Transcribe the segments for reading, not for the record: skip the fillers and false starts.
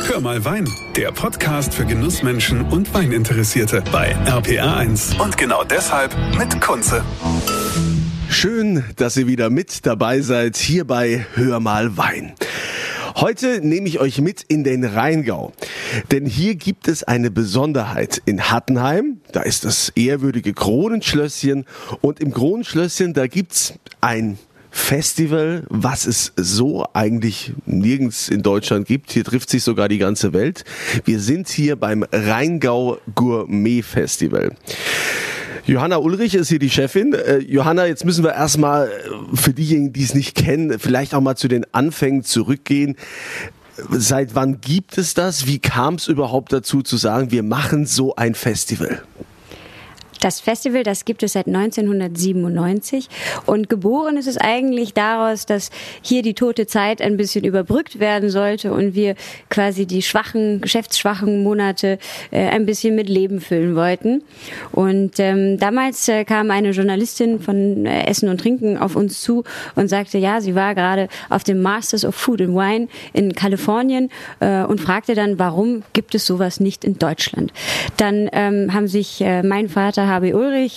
Hör mal Wein, der Podcast für Genussmenschen und Weininteressierte bei RPR1. Und genau deshalb mit Kunze. Schön, dass ihr wieder mit dabei seid hier bei Hör mal Wein. Heute nehme ich euch mit in den Rheingau, denn hier gibt es eine Besonderheit. In Hattenheim, da ist das ehrwürdige Kronenschlösschen, und im Kronenschlösschen, da gibt's ein Festival, was es so eigentlich nirgends in Deutschland gibt. Hier trifft sich sogar die ganze Welt. Wir sind hier beim Rheingau Gourmet Festival. Johanna Ulrich ist hier die Chefin. Johanna, jetzt müssen wir erstmal für diejenigen, die es nicht kennen, vielleicht auch mal zu den Anfängen zurückgehen. Seit wann gibt es das? Wie kam es überhaupt dazu zu sagen, wir machen so ein Festival? Das Festival, das gibt es seit 1997 und geboren ist es eigentlich daraus, dass hier die tote Zeit ein bisschen überbrückt werden sollte und wir quasi die geschäftsschwachen Monate ein bisschen mit Leben füllen wollten. Und damals kam eine Journalistin von Essen und Trinken auf uns zu und sagte, ja, sie war gerade auf dem Masters of Food and Wine in Kalifornien und fragte dann, warum gibt es sowas nicht in Deutschland? Dann haben sich mein Vater H.B. Ulrich,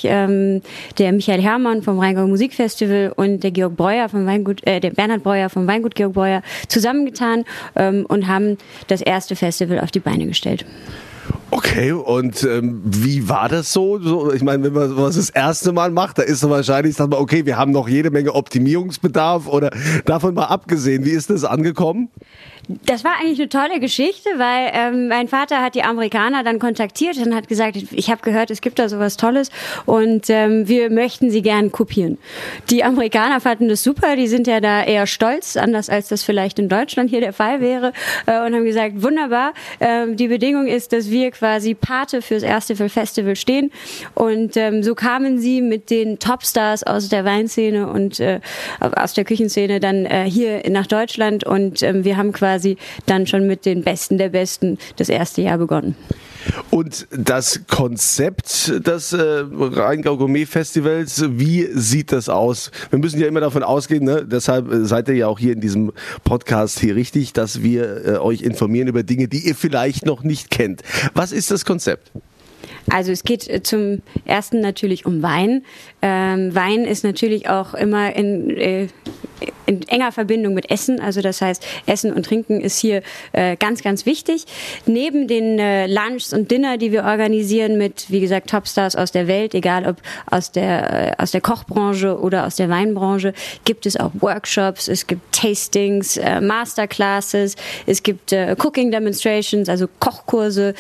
der Michael Herrmann vom Rheingau Musikfestival und der Georg Breuer vom der Bernhard Breuer vom Weingut Georg Breuer zusammengetan und haben das erste Festival auf die Beine gestellt. Okay, und wie war das so? Ich meine, wenn man sowas das erste Mal macht, da ist so wahrscheinlich, sagt man, okay, wir haben noch jede Menge Optimierungsbedarf oder davon mal abgesehen, wie ist das angekommen? Das war eigentlich eine tolle Geschichte, weil mein Vater hat die Amerikaner dann kontaktiert und hat gesagt, ich habe gehört, es gibt da sowas Tolles und wir möchten sie gern kopieren. Die Amerikaner fanden das super, die sind ja da eher stolz, anders als das vielleicht in Deutschland hier der Fall wäre, und haben gesagt, wunderbar, die Bedingung ist, dass wir quasi Pate fürs erste Festival stehen, und so kamen sie mit den Topstars aus der Weinszene und aus der Küchenszene dann hier nach Deutschland, und wir haben quasi dann schon mit den Besten der Besten das erste Jahr begonnen. Und das Konzept des Rheingau Gourmet Festivals, wie sieht das aus? Wir müssen ja immer davon ausgehen, ne? Deshalb seid ihr ja auch hier in diesem Podcast hier richtig, dass wir euch informieren über Dinge, die ihr vielleicht noch nicht kennt. Was ist das Konzept? Also es geht zum ersten natürlich um Wein. Wein ist natürlich auch immer in enger Verbindung mit Essen. Also das heißt, Essen und Trinken ist hier ganz, ganz wichtig. Neben den Lunchs und Dinner, die wir organisieren mit, wie gesagt, Topstars aus der Welt, egal ob aus der Kochbranche oder aus der Weinbranche, gibt es auch Workshops, es gibt Tastings, Masterclasses, es gibt Cooking Demonstrations, also Kochkurse.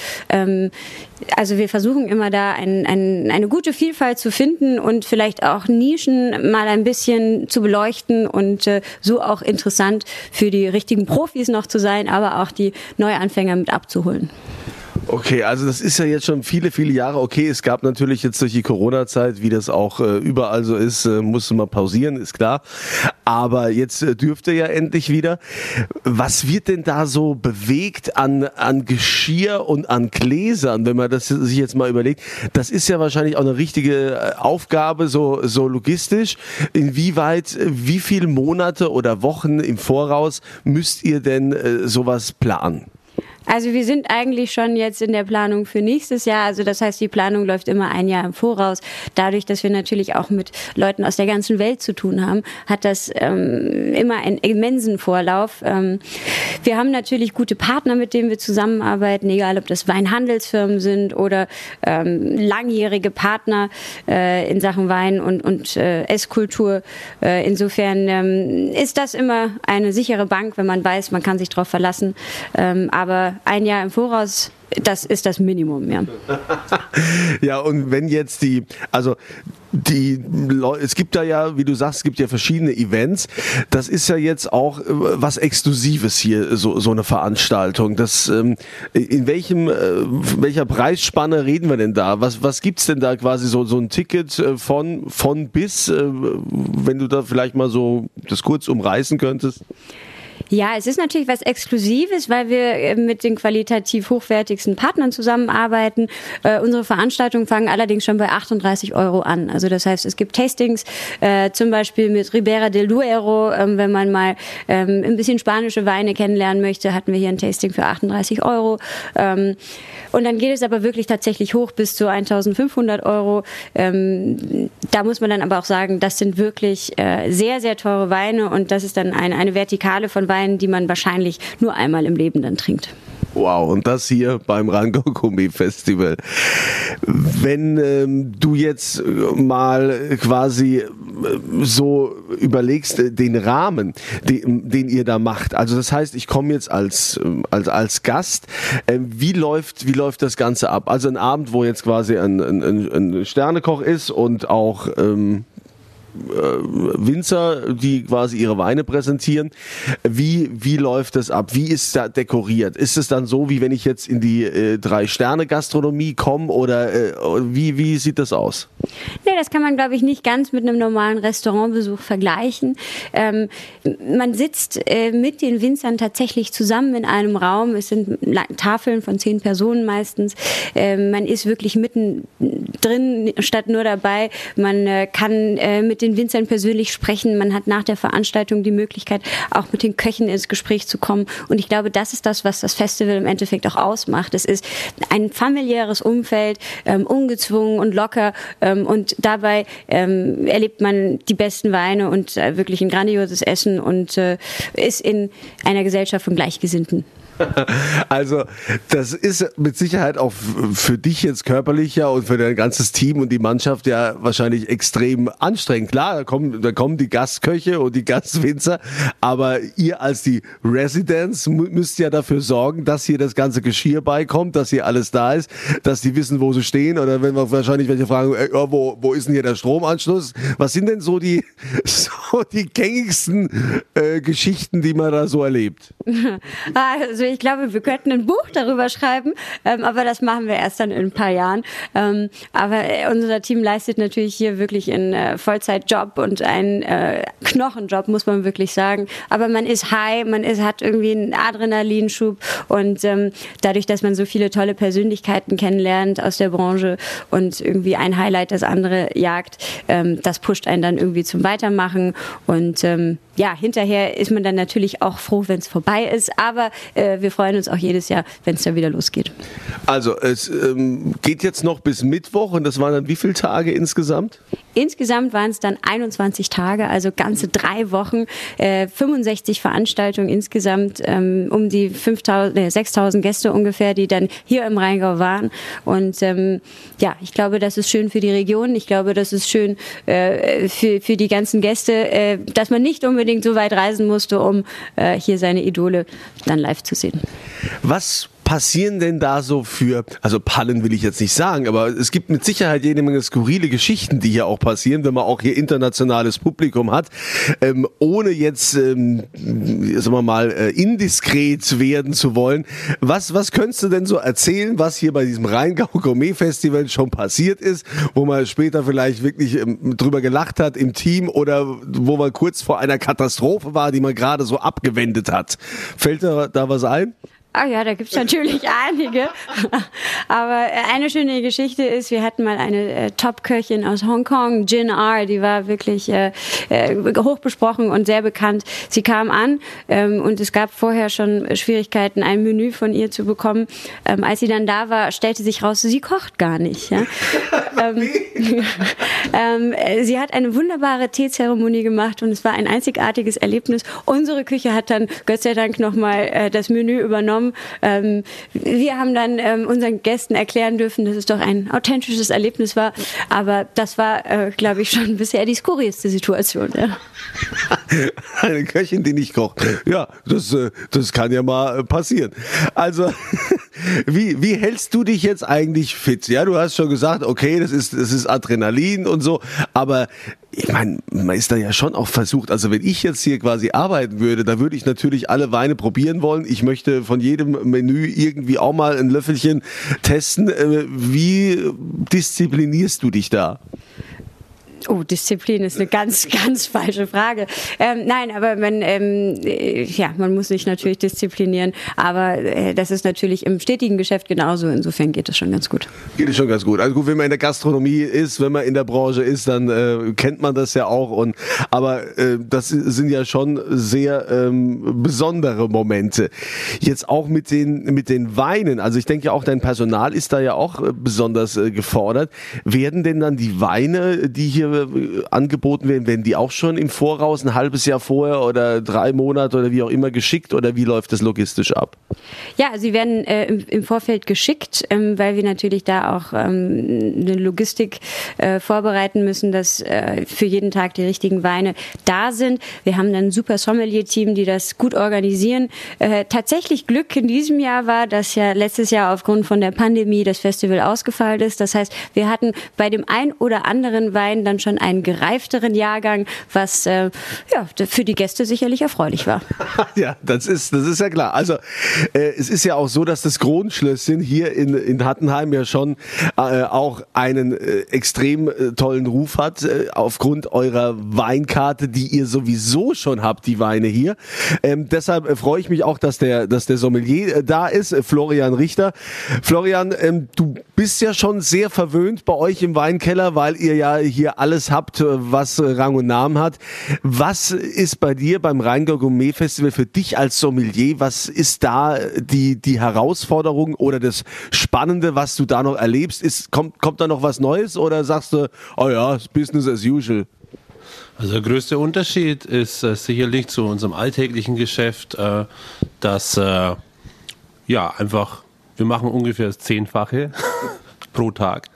Also wir versuchen immer da eine gute Vielfalt zu finden und vielleicht auch Nischen mal ein bisschen zu beleuchten und so auch interessant für die richtigen Profis noch zu sein, aber auch die Neuanfänger mit abzuholen. Okay, also das ist ja jetzt schon viele, viele Jahre. Okay, es gab natürlich jetzt durch die Corona-Zeit, wie das auch überall so ist, musste man pausieren, ist klar. Aber jetzt dürfte ja endlich wieder. Was wird denn da so bewegt an Geschirr und an Gläsern, wenn man das sich jetzt mal überlegt? Das ist ja wahrscheinlich auch eine richtige Aufgabe, so logistisch. Inwieweit, wie viele Monate oder Wochen im Voraus müsst ihr denn sowas planen? Also wir sind eigentlich schon jetzt in der Planung für nächstes Jahr. Also das heißt, die Planung läuft immer ein Jahr im Voraus. Dadurch, dass wir natürlich auch mit Leuten aus der ganzen Welt zu tun haben, hat das immer einen immensen Vorlauf. Wir haben natürlich gute Partner, mit denen wir zusammenarbeiten, egal ob das Weinhandelsfirmen sind oder langjährige Partner in Sachen Wein und Esskultur. Insofern ist das immer eine sichere Bank, wenn man weiß, man kann sich darauf verlassen. Aber ein Jahr im Voraus, das ist das Minimum, ja. Ja, und wenn jetzt es gibt da ja, wie du sagst, es gibt ja verschiedene Events. Das ist ja jetzt auch was Exklusives hier, so eine Veranstaltung. Das, in welcher Preisspanne reden wir denn da? Was gibt's denn da quasi so ein Ticket von bis, wenn du da vielleicht mal so das kurz umreißen könntest? Ja, es ist natürlich was Exklusives, weil wir mit den qualitativ hochwertigsten Partnern zusammenarbeiten. Unsere Veranstaltungen fangen allerdings schon bei 38 € an. Also das heißt, es gibt Tastings, zum Beispiel mit Ribera del Duero. Wenn man mal ein bisschen spanische Weine kennenlernen möchte, hatten wir hier ein Tasting für 38 €. Und dann geht es aber wirklich tatsächlich hoch bis zu 1.500 €. Da muss man dann aber auch sagen, das sind wirklich sehr, sehr teure Weine und das ist dann eine Vertikale von Weinen, die man wahrscheinlich nur einmal im Leben dann trinkt. Wow, und das hier beim Rheingau Gourmet Festival. Wenn du jetzt mal quasi so überlegst, den Rahmen, den ihr da macht, also das heißt, ich komme jetzt als Gast, wie läuft das Ganze ab? Also ein Abend, wo jetzt quasi ein Sternekoch ist und auch Winzer, die quasi ihre Weine präsentieren. Wie läuft das ab? Wie ist da dekoriert? Ist es dann so, wie wenn ich jetzt in die 3-Sterne-Gastronomie komme oder wie sieht das aus? Nee, das kann man, glaube ich, nicht ganz mit einem normalen Restaurantbesuch vergleichen. Man sitzt mit den Winzern tatsächlich zusammen in einem Raum. Es sind Tafeln von 10 Personen meistens. Man ist wirklich mitten drin, statt nur dabei. Man kann mit den Winzern persönlich sprechen. Man hat nach der Veranstaltung die Möglichkeit, auch mit den Köchen ins Gespräch zu kommen. Und ich glaube, das ist das, was das Festival im Endeffekt auch ausmacht. Es ist ein familiäres Umfeld, ungezwungen und locker. Und dabei erlebt man die besten Weine und wirklich ein grandioses Essen und ist in einer Gesellschaft von Gleichgesinnten. Also das ist mit Sicherheit auch für dich jetzt körperlich ja und für dein ganzes Team und die Mannschaft ja wahrscheinlich extrem anstrengend. Klar, da kommen die Gastköche und die Gastwinzer, aber ihr als die Residents müsst ja dafür sorgen, dass hier das ganze Geschirr beikommt, dass hier alles da ist, dass die wissen, wo sie stehen oder wenn wir wahrscheinlich welche fragen, wo ist denn hier der Stromanschluss? Was sind denn so die gängigsten Geschichten, die man da so erlebt? Also ich glaube, wir könnten ein Buch darüber schreiben, aber das machen wir erst dann in ein paar Jahren. Aber unser Team leistet natürlich hier wirklich einen Vollzeitjob und einen Knochenjob, muss man wirklich sagen. Aber man ist high, hat irgendwie einen Adrenalinschub und dadurch, dass man so viele tolle Persönlichkeiten kennenlernt aus der Branche und irgendwie ein Highlight das andere jagt, das pusht einen dann irgendwie zum Weitermachen und hinterher ist man dann natürlich auch froh, wenn es vorbei ist, aber wir freuen uns auch jedes Jahr, wenn es da wieder losgeht. Also es geht jetzt noch bis Mittwoch und das waren dann wie viele Tage insgesamt? Insgesamt waren es dann 21 Tage, also ganze 3 Wochen, 65 Veranstaltungen insgesamt, um die 6.000 Gäste ungefähr, die dann hier im Rheingau waren. Und ich glaube, das ist schön für die Region. Ich glaube, das ist schön für die ganzen Gäste, dass man nicht unbedingt so weit reisen musste, um hier seine Idole dann live zu sehen. Was passieren denn da so also Pannen will ich jetzt nicht sagen, aber es gibt mit Sicherheit jede Menge skurrile Geschichten, die hier auch passieren, wenn man auch hier internationales Publikum hat, ohne jetzt, sagen wir mal, indiskret werden zu wollen. Was könntest du denn so erzählen, was hier bei diesem Rheingau Gourmet Festival schon passiert ist, wo man später vielleicht wirklich drüber gelacht hat im Team oder wo man kurz vor einer Katastrophe war, die man gerade so abgewendet hat? Fällt da was ein? Ah ja, da gibt's natürlich einige. Aber eine schöne Geschichte ist, wir hatten mal eine Top-Köchin aus Hongkong, Jin R, die war wirklich hoch besprochen und sehr bekannt. Sie kam an und es gab vorher schon Schwierigkeiten, ein Menü von ihr zu bekommen. Als sie dann da war, stellte sich raus, sie kocht gar nicht. Ja? Sie hat eine wunderbare Teezeremonie gemacht und es war ein einzigartiges Erlebnis. Unsere Küche hat dann Gott sei Dank nochmal das Menü übernommen. Wir haben dann unseren Gästen erklären dürfen, dass es doch ein authentisches Erlebnis war. Aber das war, glaube ich, schon bisher die skurrilste Situation. Ja. Eine Köchin, die nicht kocht. Ja, das kann ja mal passieren. Also, wie hältst du dich jetzt eigentlich fit? Ja, du hast schon gesagt, okay, das ist Adrenalin und so, aber ich meine, man ist da ja schon auch versucht, also wenn ich jetzt hier quasi arbeiten würde, da würde ich natürlich alle Weine probieren wollen. Ich möchte von jedem Menü irgendwie auch mal ein Löffelchen testen. Wie disziplinierst du dich da? Disziplin ist eine ganz, ganz falsche Frage. Nein, aber man muss sich natürlich disziplinieren, aber das ist natürlich im stetigen Geschäft genauso. Insofern geht es schon ganz gut. Geht es schon ganz gut. Also gut, wenn man in der Gastronomie ist, wenn man in der Branche ist, dann kennt man das ja auch. Aber das sind ja schon sehr besondere Momente. Jetzt auch mit den Weinen. Also ich denke ja auch, dein Personal ist da ja auch besonders gefordert. Werden denn dann die Weine, die hier angeboten werden die auch schon im Voraus, ein halbes Jahr vorher oder 3 Monate oder wie auch immer geschickt, oder wie läuft das logistisch ab? Ja, sie werden im Vorfeld geschickt, weil wir natürlich da auch eine Logistik vorbereiten müssen, dass für jeden Tag die richtigen Weine da sind. Wir haben dann ein super Sommelier-Team, die das gut organisieren. Tatsächlich Glück in diesem Jahr war, dass ja letztes Jahr aufgrund von der Pandemie das Festival ausgefallen ist. Das heißt, wir hatten bei dem ein oder anderen Wein dann schon einen gereifteren Jahrgang, was für die Gäste sicherlich erfreulich war. Ja, das ist ja klar. Also es ist ja auch so, dass das Kronenschlösschen hier in Hattenheim ja schon auch einen extrem tollen Ruf hat, aufgrund eurer Weinkarte, die ihr sowieso schon habt, die Weine hier. Deshalb freue ich mich auch, dass der Sommelier da ist, Florian Richter. Florian, du bist ja schon sehr verwöhnt bei euch im Weinkeller, weil ihr ja hier alles habt, was Rang und Namen hat. Was ist bei dir beim Rheingau Gourmet Festival für dich als Sommelier? Was ist da die Herausforderung oder das Spannende, was du da noch erlebst? Kommt da noch was Neues oder sagst du, oh ja, Business as usual? Also der größte Unterschied ist sicherlich zu unserem alltäglichen Geschäft, dass einfach, wir machen ungefähr das 10-fache pro Tag.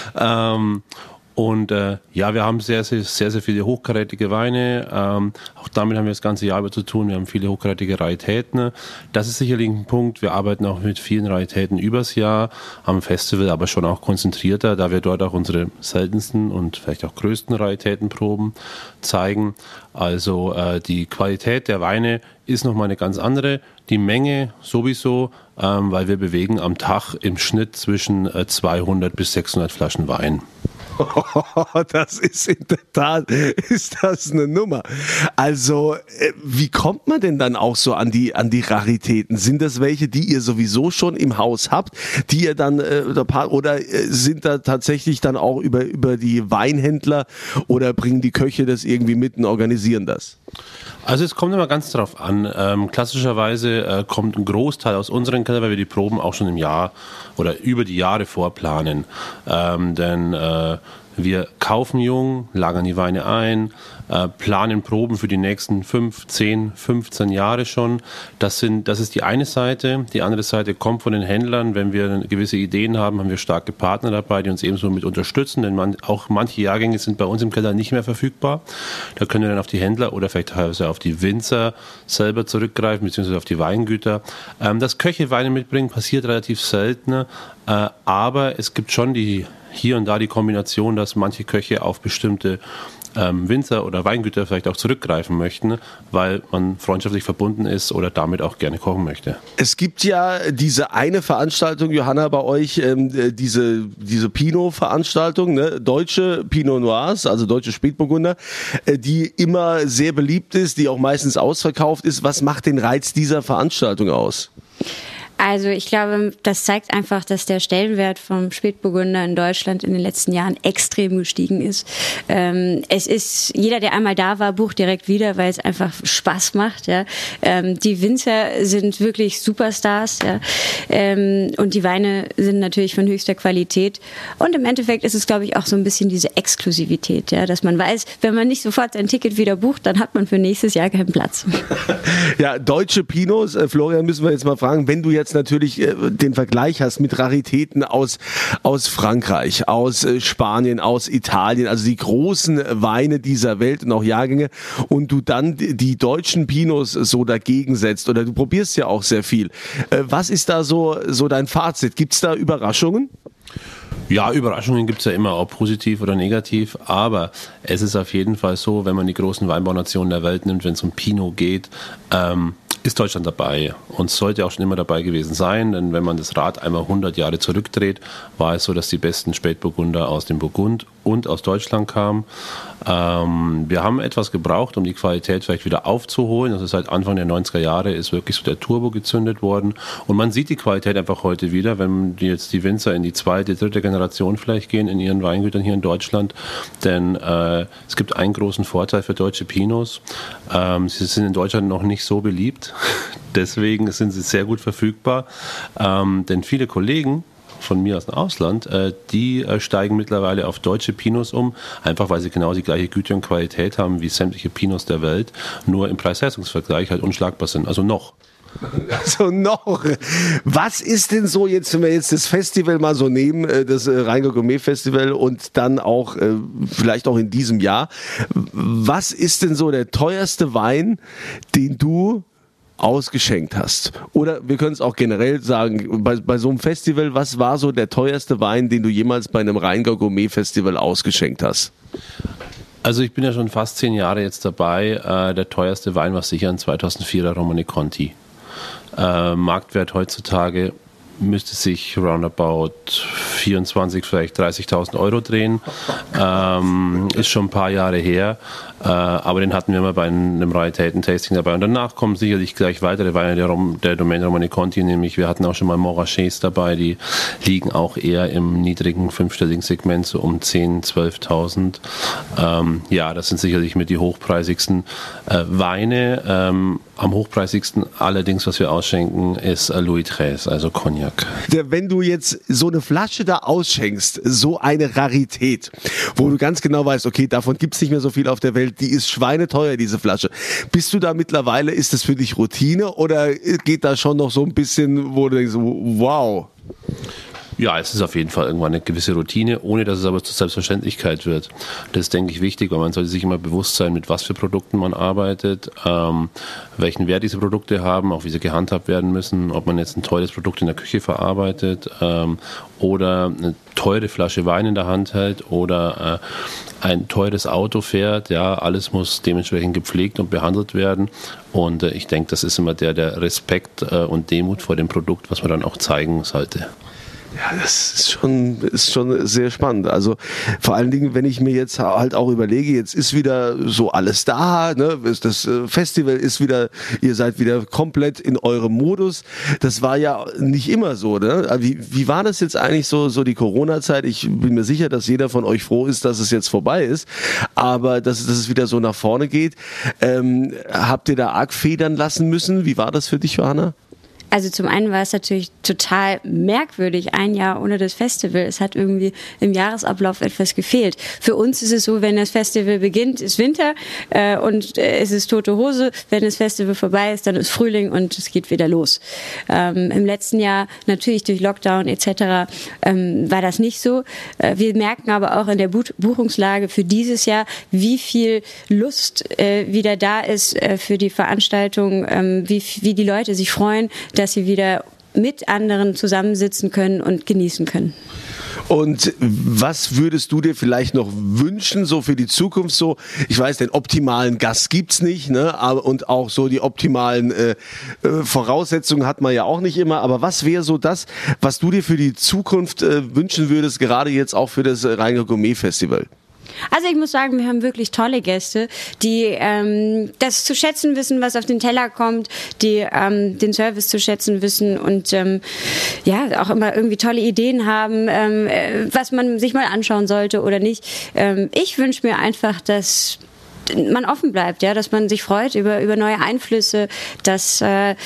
Wir haben sehr, sehr, sehr, sehr viele hochkarätige Weine. Auch damit haben wir das ganze Jahr über zu tun. Wir haben viele hochkarätige Raritäten. Das ist sicherlich ein Punkt. Wir arbeiten auch mit vielen Raritäten übers Jahr am Festival, aber schon auch konzentrierter, da wir dort auch unsere seltensten und vielleicht auch größten Raritätenproben zeigen. Also die Qualität der Weine ist nochmal eine ganz andere. Die Menge sowieso, weil wir bewegen am Tag im Schnitt zwischen 200 bis 600 Flaschen Wein. Das ist in der Tat, ist das eine Nummer. Also, wie kommt man denn dann auch so an die Raritäten? Sind das welche, die ihr sowieso schon im Haus habt, die ihr dann, oder sind da tatsächlich dann auch über die Weinhändler oder bringen die Köche das irgendwie mit und organisieren das? Also es kommt immer ganz drauf an. Klassischerweise kommt ein Großteil aus unseren Kellern, weil wir die Proben auch schon im Jahr oder über die Jahre vorplanen. Denn wir kaufen jung, lagern die Weine ein, planen Proben für die nächsten 5, 10, 15 Jahre schon. Das ist die eine Seite. Die andere Seite kommt von den Händlern. Wenn wir gewisse Ideen haben, haben wir starke Partner dabei, die uns ebenso mit unterstützen. Denn auch manche Jahrgänge sind bei uns im Keller nicht mehr verfügbar. Da können wir dann auf die Händler oder vielleicht teilweise auf die Winzer selber zurückgreifen, beziehungsweise auf die Weingüter. Dass Köche Weine mitbringen, passiert relativ selten. Aber es gibt schon hier und da die Kombination, dass manche Köche auf bestimmte Winzer oder Weingüter vielleicht auch zurückgreifen möchten, weil man freundschaftlich verbunden ist oder damit auch gerne kochen möchte. Es gibt ja diese eine Veranstaltung, Johanna, bei euch, diese Pinot-Veranstaltung, ne? Deutsche Pinot Noirs, also deutsche Spätburgunder, die immer sehr beliebt ist, die auch meistens ausverkauft ist. Was macht den Reiz dieser Veranstaltung aus? Also ich glaube, das zeigt einfach, dass der Stellenwert vom Spätburgunder in Deutschland in den letzten Jahren extrem gestiegen ist. Es ist, jeder, der einmal da war, bucht direkt wieder, weil es einfach Spaß macht. Ja. Die Winzer sind wirklich Superstars. Ja. Und die Weine sind natürlich von höchster Qualität. Und im Endeffekt ist es, glaube ich, auch so ein bisschen diese Exklusivität, ja, dass man weiß, wenn man nicht sofort sein Ticket wieder bucht, dann hat man für nächstes Jahr keinen Platz. Ja, deutsche Pinots, Florian, müssen wir jetzt mal fragen, wenn du jetzt natürlich den Vergleich hast mit Raritäten aus Frankreich, aus Spanien, aus Italien, also die großen Weine dieser Welt und auch Jahrgänge, und du dann die deutschen Pinots so dagegen setzt, oder du probierst ja auch sehr viel. Was ist da so dein Fazit? Gibt's da Überraschungen? Ja, Überraschungen gibt es ja immer, ob positiv oder negativ, aber es ist auf jeden Fall so, wenn man die großen Weinbaunationen der Welt nimmt, wenn es um Pinot geht, ist Deutschland dabei und sollte auch schon immer dabei gewesen sein, denn wenn man das Rad einmal 100 Jahre zurückdreht, war es so, dass die besten Spätburgunder aus dem Burgund und aus Deutschland kam. Wir haben etwas gebraucht, um die Qualität vielleicht wieder aufzuholen. Das ist seit Anfang der 90er Jahre ist wirklich so der Turbo gezündet worden. Und man sieht die Qualität einfach heute wieder, wenn jetzt die Winzer in die zweite, dritte Generation vielleicht gehen in ihren Weingütern hier in Deutschland. Denn es gibt einen großen Vorteil für deutsche Pinots. Sie sind in Deutschland noch nicht so beliebt. Deswegen sind sie sehr gut verfügbar. Denn viele Kollegen von mir aus dem Ausland, die steigen mittlerweile auf deutsche Pinots um, einfach weil sie genau die gleiche Güte und Qualität haben wie sämtliche Pinots der Welt, nur im Preis-Leistungs-Vergleich halt unschlagbar sind. Also noch. Also noch. Was ist denn so jetzt, wenn wir jetzt das Festival mal so nehmen, das Rheingau Gourmet Festival und dann auch vielleicht auch in diesem Jahr, was ist denn so der teuerste Wein, den du ausgeschenkt hast? Oder wir können es auch generell sagen, bei so einem Festival, was war so der teuerste Wein, den du jemals bei einem Rheingau Gourmet Festival ausgeschenkt hast? Also ich bin ja schon fast 10 Jahre jetzt dabei. Der teuerste Wein war sicher ein 2004er Romanée Conti. Marktwert heutzutage müsste sich roundabout 24, vielleicht 30.000 Euro drehen. Ist schon ein paar Jahre her. Aber den hatten wir mal bei einem Raritäten-Tasting dabei. Und danach kommen sicherlich gleich weitere Weine der Domaine Romanée Conti, nämlich wir hatten auch schon mal Montrachets dabei, die liegen auch eher im niedrigen, fünfstelligen Segment, so um 10.000, 12.000. Ja, das sind sicherlich mit die hochpreisigsten Weine. Am hochpreisigsten allerdings, was wir ausschenken, ist Louis XIII, also Cognac. Wenn du jetzt so eine Flasche da ausschenkst, so eine Rarität, wo du ganz genau weißt, okay, davon gibt es nicht mehr so viel auf der Welt, die ist schweineteuer, diese Flasche. Bist du da mittlerweile, ist das für dich Routine oder geht da schon noch so ein bisschen, wo du denkst, wow? Ja, es ist auf jeden Fall irgendwann eine gewisse Routine, ohne dass es aber zur Selbstverständlichkeit wird. Das ist, denke ich, wichtig, weil man sollte sich immer bewusst sein, mit was für Produkten man arbeitet, welchen Wert diese Produkte haben, auch wie sie gehandhabt werden müssen, ob man jetzt ein teures Produkt in der Küche verarbeitet oder eine teure Flasche Wein in der Hand hält oder ein teures Auto fährt. Ja, alles muss dementsprechend gepflegt und behandelt werden. Und ich denke, das ist immer der Respekt und Demut vor dem Produkt, was man dann auch zeigen sollte. Ja, das ist schon sehr spannend. Also vor allen Dingen, wenn ich mir jetzt halt auch überlege, jetzt ist wieder so alles da, ne? Das Festival ist wieder, ihr seid wieder komplett in eurem Modus. Das war ja nicht immer so, ne? Wie war das jetzt eigentlich so die Corona-Zeit? Ich bin mir sicher, dass jeder von euch froh ist, dass es jetzt vorbei ist, aber dass es wieder so nach vorne geht. Habt ihr da arg federn lassen müssen? Wie war das für dich, Johanna? Also zum einen war es natürlich total merkwürdig, ein Jahr ohne das Festival. Es hat irgendwie im Jahresablauf etwas gefehlt. Für uns ist es so, wenn das Festival beginnt, ist Winter und es ist tote Hose. Wenn das Festival vorbei ist, dann ist Frühling und es geht wieder los. Im letzten Jahr natürlich durch Lockdown etc. War das nicht so. Wir merken aber auch in der Buchungslage für dieses Jahr, wie viel Lust wieder da ist für die Veranstaltung, wie die Leute sich freuen, dass sie wieder mit anderen zusammensitzen können und genießen können. Und was würdest du dir vielleicht noch wünschen, so für die Zukunft? So, ich weiß, den optimalen Gast gibt's nicht, ne? Und auch so die optimalen Voraussetzungen hat man ja auch nicht immer. Aber was wäre so das, was du dir für die Zukunft wünschen würdest, gerade jetzt auch für das Rheingau Gourmet Festival? Also ich muss sagen, wir haben wirklich tolle Gäste, die das zu schätzen wissen, was auf den Teller kommt, die den Service zu schätzen wissen und ja auch immer irgendwie tolle Ideen haben, was man sich mal anschauen sollte oder nicht. Ich wünsche mir einfach, dass man offen bleibt, ja, dass man sich freut über neue Einflüsse, dass ja,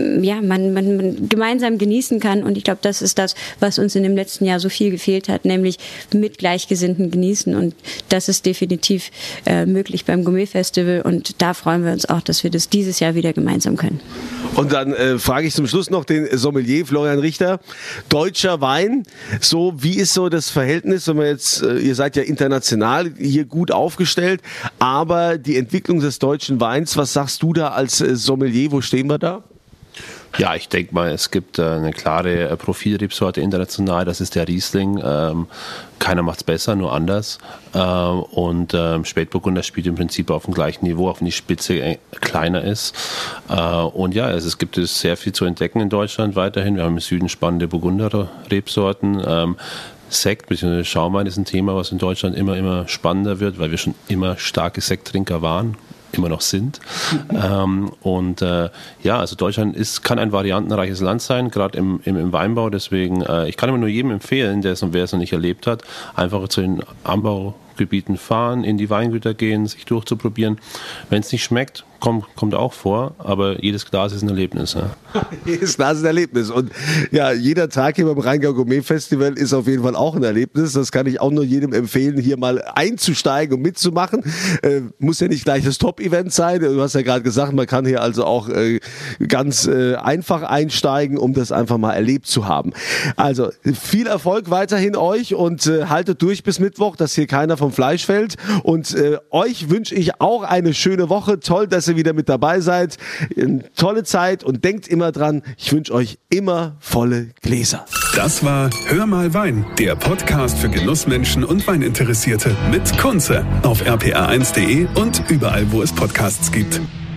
man gemeinsam genießen kann. Und ich glaube, das ist das, was uns in dem letzten Jahr so viel gefehlt hat, nämlich mit Gleichgesinnten genießen. Und das ist definitiv möglich beim Gourmet Festival. Und da freuen wir uns auch, dass wir das dieses Jahr wieder gemeinsam können. Und dann frage ich zum Schluss noch den Sommelier Florian Richter. Deutscher Wein, so wie ist so das Verhältnis, wenn man jetzt, ihr seid ja international hier gut aufgestellt, aber die Entwicklung des deutschen Weins, was sagst du da als Sommelier, wo stehen wir da? Ja, ich denke mal, es gibt eine klare Profilrebsorte international, das ist der Riesling. Keiner macht es besser, nur anders. Und Spätburgunder spielt im Prinzip auf dem gleichen Niveau, auch wenn die Spitze kleiner ist. Und ja, es gibt sehr viel zu entdecken in Deutschland weiterhin. Wir haben im Süden spannende Burgunder-Rebsorten. Sekt bzw. Schaumwein ist ein Thema, was in Deutschland immer spannender wird, weil wir schon immer starke Sekttrinker waren. Immer noch sind. Also Deutschland kann ein variantenreiches Land sein, gerade im Weinbau. Deswegen, ich kann immer nur jedem empfehlen, wer es noch nicht erlebt hat, einfach zu den Anbaugebieten fahren, in die Weingüter gehen, sich durchzuprobieren. Wenn es nicht schmeckt, kommt auch vor, aber jedes Glas ist ein Erlebnis. Ja. Jedes Glas ist ein Erlebnis. Und ja, jeder Tag hier beim Rheingau Gourmet Festival ist auf jeden Fall auch ein Erlebnis. Das kann ich auch nur jedem empfehlen, hier mal einzusteigen und mitzumachen. Muss ja nicht gleich das Top-Event sein. Du hast ja gerade gesagt, man kann hier also auch ganz einfach einsteigen, um das einfach mal erlebt zu haben. Also viel Erfolg weiterhin euch und haltet durch bis Mittwoch, dass hier keiner vom Fleisch fällt. Und euch wünsche ich auch eine schöne Woche. Toll, dass ihr wieder mit dabei seid. Tolle Zeit und denkt immer dran, ich wünsche euch immer volle Gläser. Das war Hör mal Wein, der Podcast für Genussmenschen und Weininteressierte mit Kunze auf rpa1.de und überall, wo es Podcasts gibt.